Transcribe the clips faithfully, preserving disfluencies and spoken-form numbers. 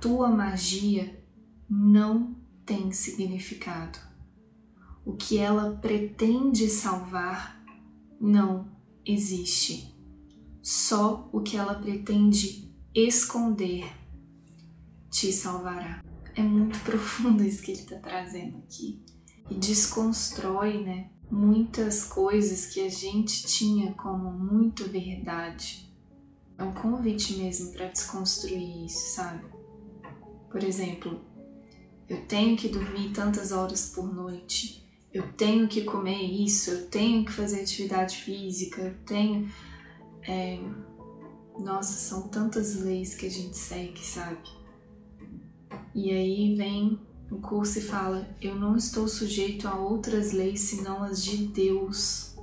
tua magia não tem significado. O que ela pretende salvar não existe. Só o que ela pretende esconder te salvará. É muito profundo isso que ele está trazendo aqui. E desconstrói, né, muitas coisas que a gente tinha como muito verdade. É um convite mesmo para desconstruir isso, sabe? Por exemplo, eu tenho que dormir tantas horas por noite, eu tenho que comer isso, eu tenho que fazer atividade física, eu tenho... É... Nossa, são tantas leis que a gente segue, sabe? E aí vem o curso e fala, eu não estou sujeito a outras leis senão as de Deus.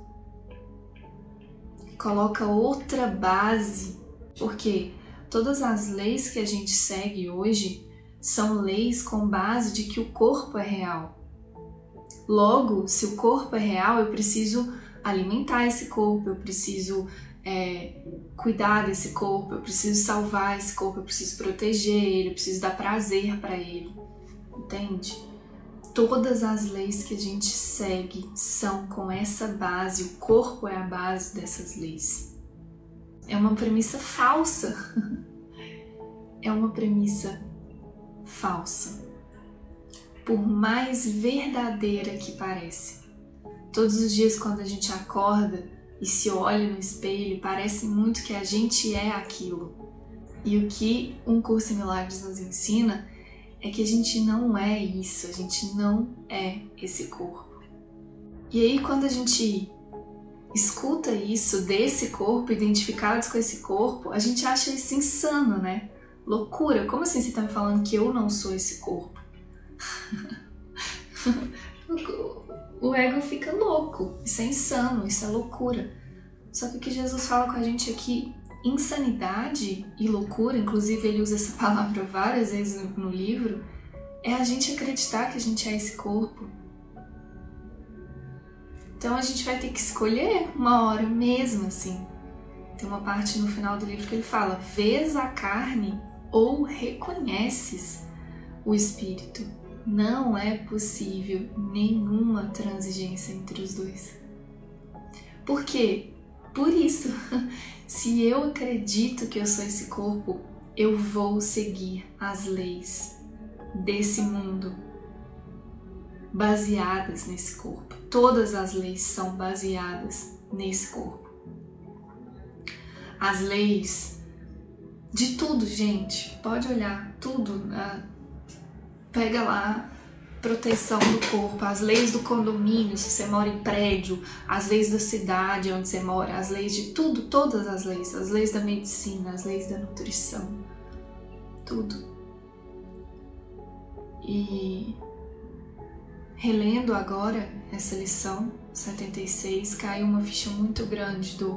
Coloca outra base, porque todas as leis que a gente segue hoje são leis com base de que o corpo é real. Logo, se o corpo é real, eu preciso alimentar esse corpo, eu preciso é, cuidar desse corpo, eu preciso salvar esse corpo, eu preciso proteger ele, eu preciso dar prazer para ele. Entende? Todas as leis que a gente segue são com essa base, o corpo é a base dessas leis. É uma premissa falsa. É uma premissa falsa. Por mais verdadeira que pareça. Todos os dias quando a gente acorda e se olha no espelho, parece muito que a gente é aquilo. E o que um curso em milagres nos ensina é que a gente não é isso, a gente não é esse corpo. E aí quando a gente escuta isso desse corpo, identificados com esse corpo, a gente acha isso insano, né? Loucura, como assim você tá me falando que eu não sou esse corpo? O ego fica louco, isso é insano, isso é loucura. Só que o que Jesus fala com a gente aqui, insanidade e loucura, inclusive ele usa essa palavra várias vezes no, no livro, é a gente acreditar que a gente é esse corpo. Então a gente vai ter que escolher uma hora mesmo, assim. Tem uma parte no final do livro que ele fala, vês a carne ou reconheces o espírito. Não é possível nenhuma transigência entre os dois. Por quê? Por isso, se eu acredito que eu sou esse corpo, eu vou seguir as leis desse mundo baseadas nesse corpo. Todas as leis são baseadas nesse corpo. As leis de tudo, gente, pode olhar, tudo, né? Pega lá, proteção do corpo, as leis do condomínio, se você mora em prédio, as leis da cidade onde você mora, as leis de tudo, todas as leis, as leis da medicina, as leis da nutrição, tudo. E relendo agora essa lição setenta e seis, caiu uma ficha muito grande do...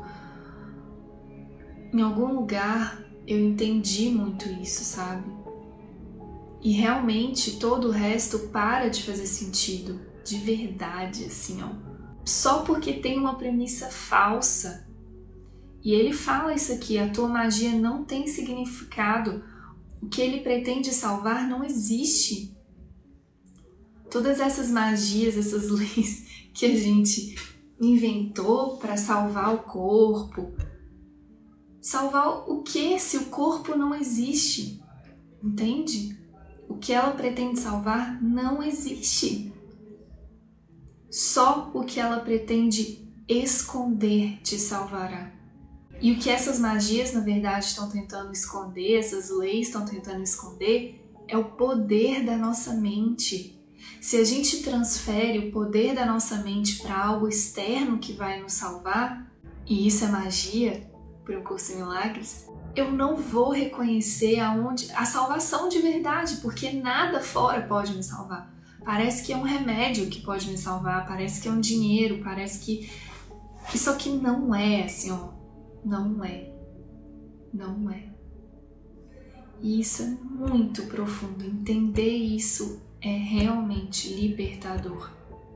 Em algum lugar eu entendi muito isso, sabe? E realmente todo o resto para de fazer sentido, de verdade, assim, ó. Só porque tem uma premissa falsa. E ele fala isso aqui, a tua magia não tem significado. O que ele pretende salvar não existe. Todas essas magias, essas leis que a gente inventou para salvar o corpo. Salvar o quê se o corpo não existe? Entende? O que ela pretende salvar não existe. Só o que ela pretende esconder te salvará. E o que essas magias, na verdade, estão tentando esconder, essas leis estão tentando esconder, é o poder da nossa mente. Se a gente transfere o poder da nossa mente para algo externo que vai nos salvar, e isso é magia, para o curso em milagres, eu não vou reconhecer aonde a salvação de verdade, porque nada fora pode me salvar. Parece que é um remédio que pode me salvar, parece que é um dinheiro, parece que... Isso aqui não é assim, ó. Não é. Não é. E isso é muito profundo. Entender isso é realmente libertador.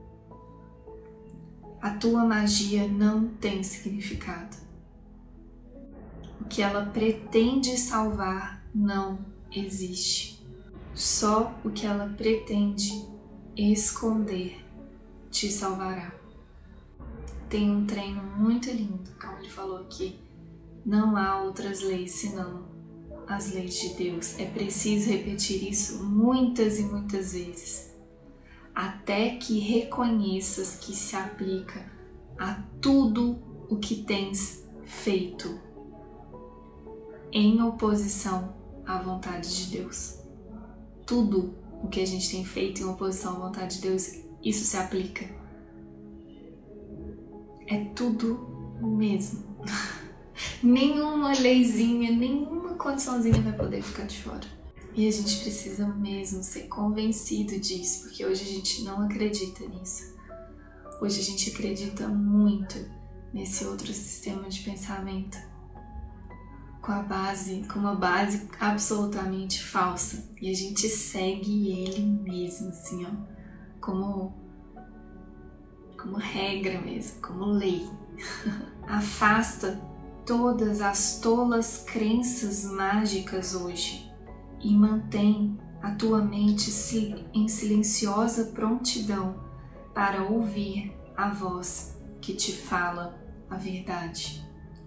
A tua magia não tem significado. O que ela pretende salvar não existe. Só o que ela pretende esconder te salvará. Tem um treino muito lindo, como ele falou aqui. Não há outras leis senão as leis de Deus. É preciso repetir isso muitas e muitas vezes, até que reconheças que se aplica a tudo o que tens feito em oposição à vontade de Deus. Tudo o que a gente tem feito em oposição à vontade de Deus, isso se aplica. É tudo mesmo. Nenhuma leizinha, nenhuma condiçãozinha vai poder ficar de fora. E a gente precisa mesmo ser convencido disso, porque hoje a gente não acredita nisso. Hoje a gente acredita muito nesse outro sistema de pensamento, com a base, com uma base absolutamente falsa. E a gente segue ele mesmo, assim, ó, como, como regra mesmo, como lei. Afasta todas as tolas crenças mágicas hoje e mantém a tua mente em silenciosa prontidão para ouvir a voz que te fala a verdade.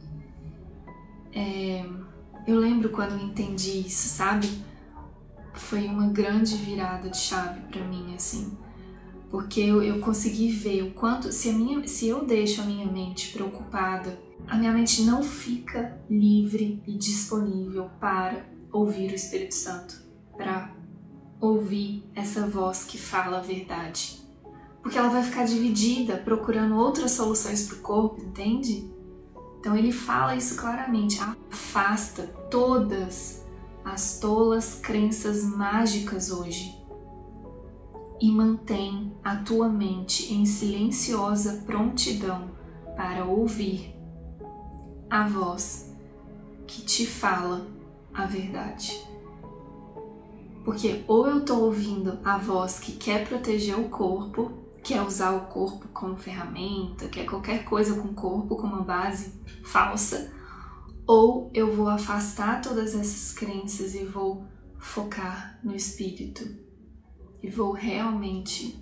É, eu lembro quando eu entendi isso, sabe? Foi uma grande virada de chave para mim, assim, porque eu, eu consegui ver o quanto, se, a minha, se eu deixo a minha mente preocupada, a minha mente não fica livre e disponível para ouvir o Espírito Santo, para ouvir essa voz que fala a verdade. Porque ela vai ficar dividida, procurando outras soluções para o corpo, entende? Então ele fala isso claramente. Afasta todas as tolas crenças mágicas hoje e mantém a tua mente em silenciosa prontidão para ouvir a voz que te fala a verdade. Porque ou eu estou ouvindo a voz que quer proteger o corpo, quer usar o corpo como ferramenta, quer qualquer coisa com o corpo como uma base falsa, ou eu vou afastar todas essas crenças e vou focar no Espírito e vou realmente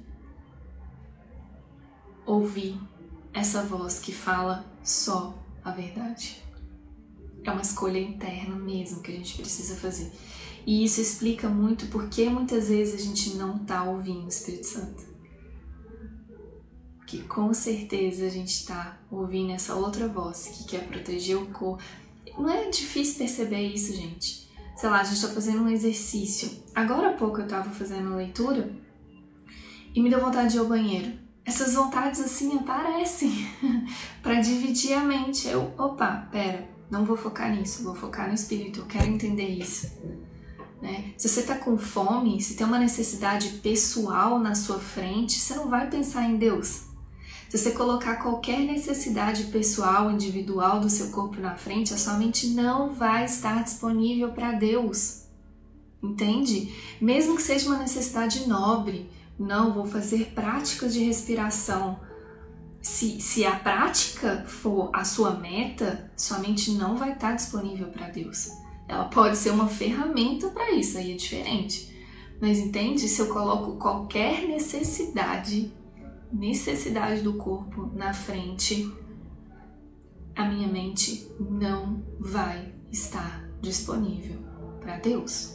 ouvir essa voz que fala só a verdade. É uma escolha interna mesmo que a gente precisa fazer. E isso explica muito porque muitas vezes a gente não está ouvindo o Espírito Santo. Que com certeza a gente está ouvindo essa outra voz que quer proteger o corpo. Não é difícil perceber isso, gente. Sei lá, a gente está fazendo um exercício. Agora há pouco eu estava fazendo uma leitura e me deu vontade de ir ao banheiro. Essas vontades assim aparecem para dividir a mente. Eu, opa, pera, não vou focar nisso, vou focar no Espírito, eu quero entender isso. Né? Se você está com fome, se tem uma necessidade pessoal na sua frente, você não vai pensar em Deus. Se você colocar qualquer necessidade pessoal, individual do seu corpo na frente, a sua mente não vai estar disponível para Deus. Entende? Mesmo que seja uma necessidade nobre, não, vou fazer práticas de respiração. Se, se a prática for a sua meta, sua mente não vai estar disponível para Deus. Ela pode ser uma ferramenta para isso, aí é diferente. Mas entende? Se eu coloco qualquer necessidade, necessidade do corpo na frente, a minha mente não vai estar disponível para Deus.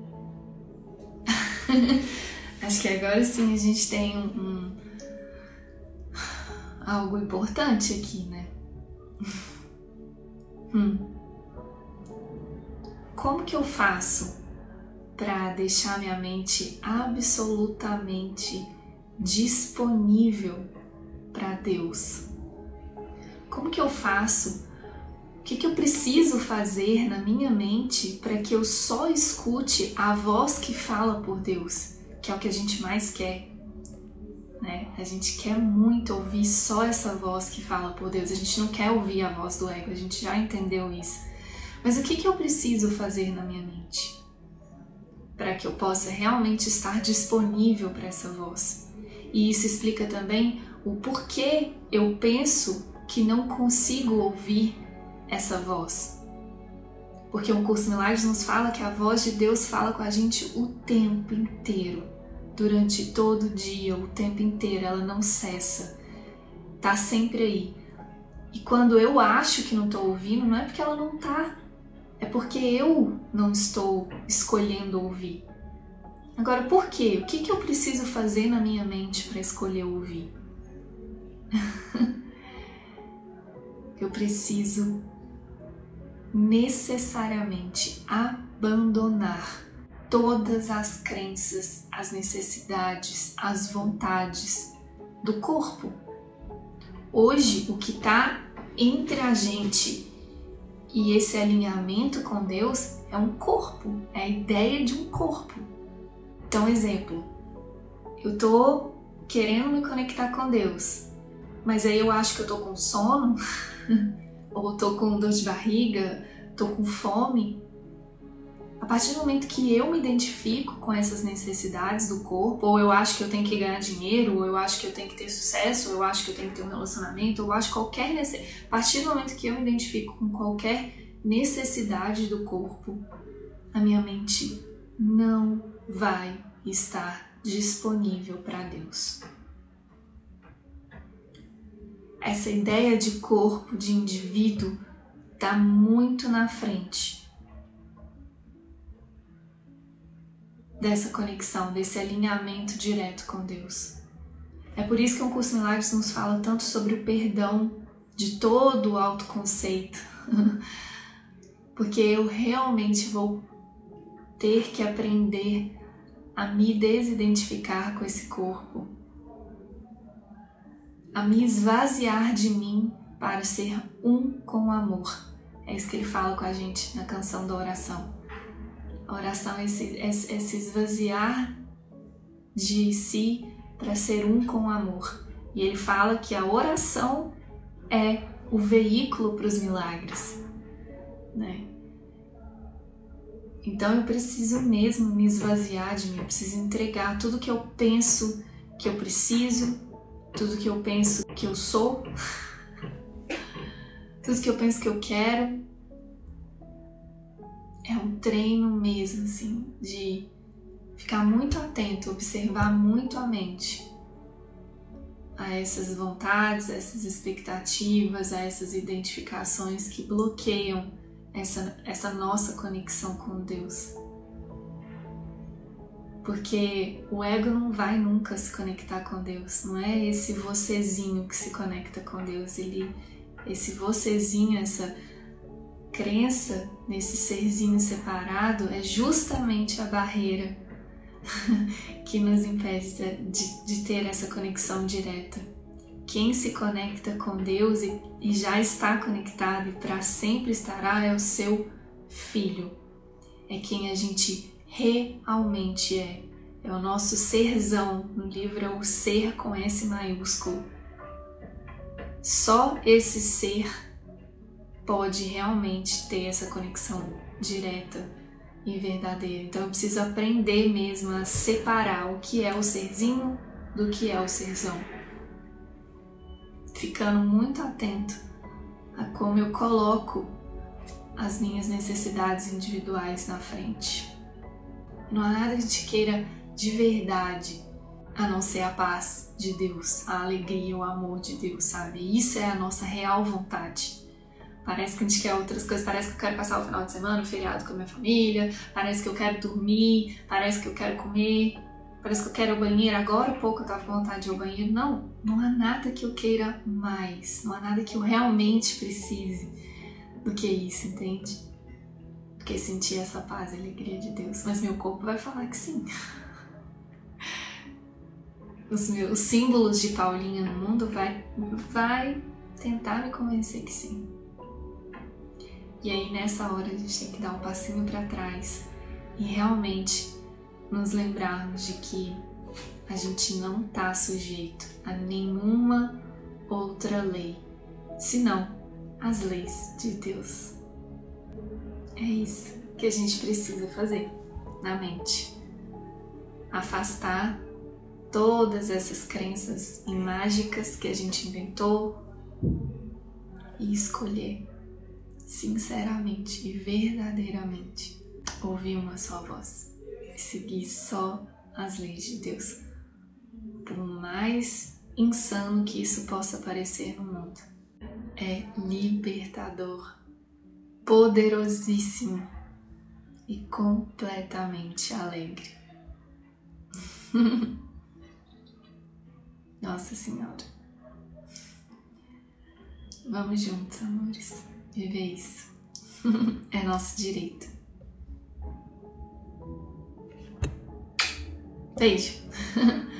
Acho que agora sim a gente tem um, um, algo importante aqui, né? hum. Como que eu faço para deixar minha mente absolutamente disponível para Deus? Como que eu faço? O que que eu preciso fazer na minha mente para que eu só escute a voz que fala por Deus, que é o que a gente mais quer, né? A gente quer muito ouvir só essa voz que fala por Deus, a gente não quer ouvir a voz do ego, a gente já entendeu isso. Mas o que que eu preciso fazer na minha mente para que eu possa realmente estar disponível para essa voz? E isso explica também o porquê eu penso que não consigo ouvir essa voz. Porque o Curso Milagres nos fala que a voz de Deus fala com a gente o tempo inteiro, durante todo o dia, o tempo inteiro, ela não cessa, tá sempre aí. E quando eu acho que não estou ouvindo, não é porque ela não tá, é porque eu não estou escolhendo ouvir. Agora, por quê? O que, que eu preciso fazer na minha mente para escolher ouvir? Eu preciso necessariamente abandonar todas as crenças, as necessidades, as vontades do corpo. Hoje, o que está entre a gente e esse alinhamento com Deus é um corpo, é a ideia de um corpo. Então, exemplo, eu tô querendo me conectar com Deus, mas aí eu acho que eu tô com sono, ou tô com dor de barriga, tô com fome. A partir do momento que eu me identifico com essas necessidades do corpo, ou eu acho que eu tenho que ganhar dinheiro, ou eu acho que eu tenho que ter sucesso, ou eu acho que eu tenho que ter um relacionamento, ou eu acho qualquer necessidade. A partir do momento que eu me identifico com qualquer necessidade do corpo, a minha mente não vai estar disponível para Deus. Essa ideia de corpo, de indivíduo, está muito na frente dessa conexão, desse alinhamento direto com Deus. É por isso que o Curso Milagres nos fala tanto sobre o perdão de todo o autoconceito, porque eu realmente vou ter que aprender a me desidentificar com esse corpo, a me esvaziar de mim para ser um com o amor. É isso que ele fala com a gente na canção da oração. A oração é se, é, é se esvaziar de si para ser um com o amor. E ele fala que a oração é o veículo para os milagres, né? Então eu preciso mesmo me esvaziar de mim, eu preciso entregar tudo que eu penso que eu preciso, tudo que eu penso que eu sou, tudo que eu penso que eu quero. É um treino mesmo, assim, de ficar muito atento, observar muito a mente a essas vontades, a essas expectativas, a essas identificações que bloqueiam essa, essa nossa conexão com Deus. Porque o ego não vai nunca se conectar com Deus, não é esse vocêzinho que se conecta com Deus, ele, esse vocêzinho, essa crença nesse serzinho separado é justamente a barreira que nos impede de, de ter essa conexão direta. Quem se conecta com Deus e, e já está conectado e para sempre estará é o seu filho. É quem a gente realmente é. É o nosso serzão. No livro é o ser com S maiúsculo. Só esse ser pode realmente ter essa conexão direta e verdadeira. Então eu preciso aprender mesmo a separar o que é o serzinho do que é o serzão. Ficando muito atento a como eu coloco as minhas necessidades individuais na frente. Não há nada que te queira de verdade a não ser a paz de Deus, a alegria, o amor de Deus, sabe? Isso é a nossa real vontade. Parece que a gente quer outras coisas, parece que eu quero passar o final de semana, o feriado com a minha família, parece que eu quero dormir, parece que eu quero comer, parece que eu quero ir ao banheiro. Agora há pouco eu tava com vontade de ir ao banheiro. Não, não há nada que eu queira mais, não há nada que eu realmente precise do que isso, entende? Do que sentir essa paz e alegria de Deus. Mas meu corpo vai falar que sim. Os meus os símbolos de Paulinha no mundo vai, vai tentar me convencer que sim. E aí nessa hora a gente tem que dar um passinho para trás e realmente nos lembrarmos de que a gente não está sujeito a nenhuma outra lei, senão as leis de Deus. É isso que a gente precisa fazer na mente. Afastar todas essas crenças mágicas que a gente inventou e escolher sinceramente e verdadeiramente ouvir uma só voz e seguir só as leis de Deus, por mais insano que isso possa parecer no mundo. É libertador, poderosíssimo e completamente alegre. Nossa Senhora. Vamos juntos, amores, viver isso. É nosso direito. Beijo.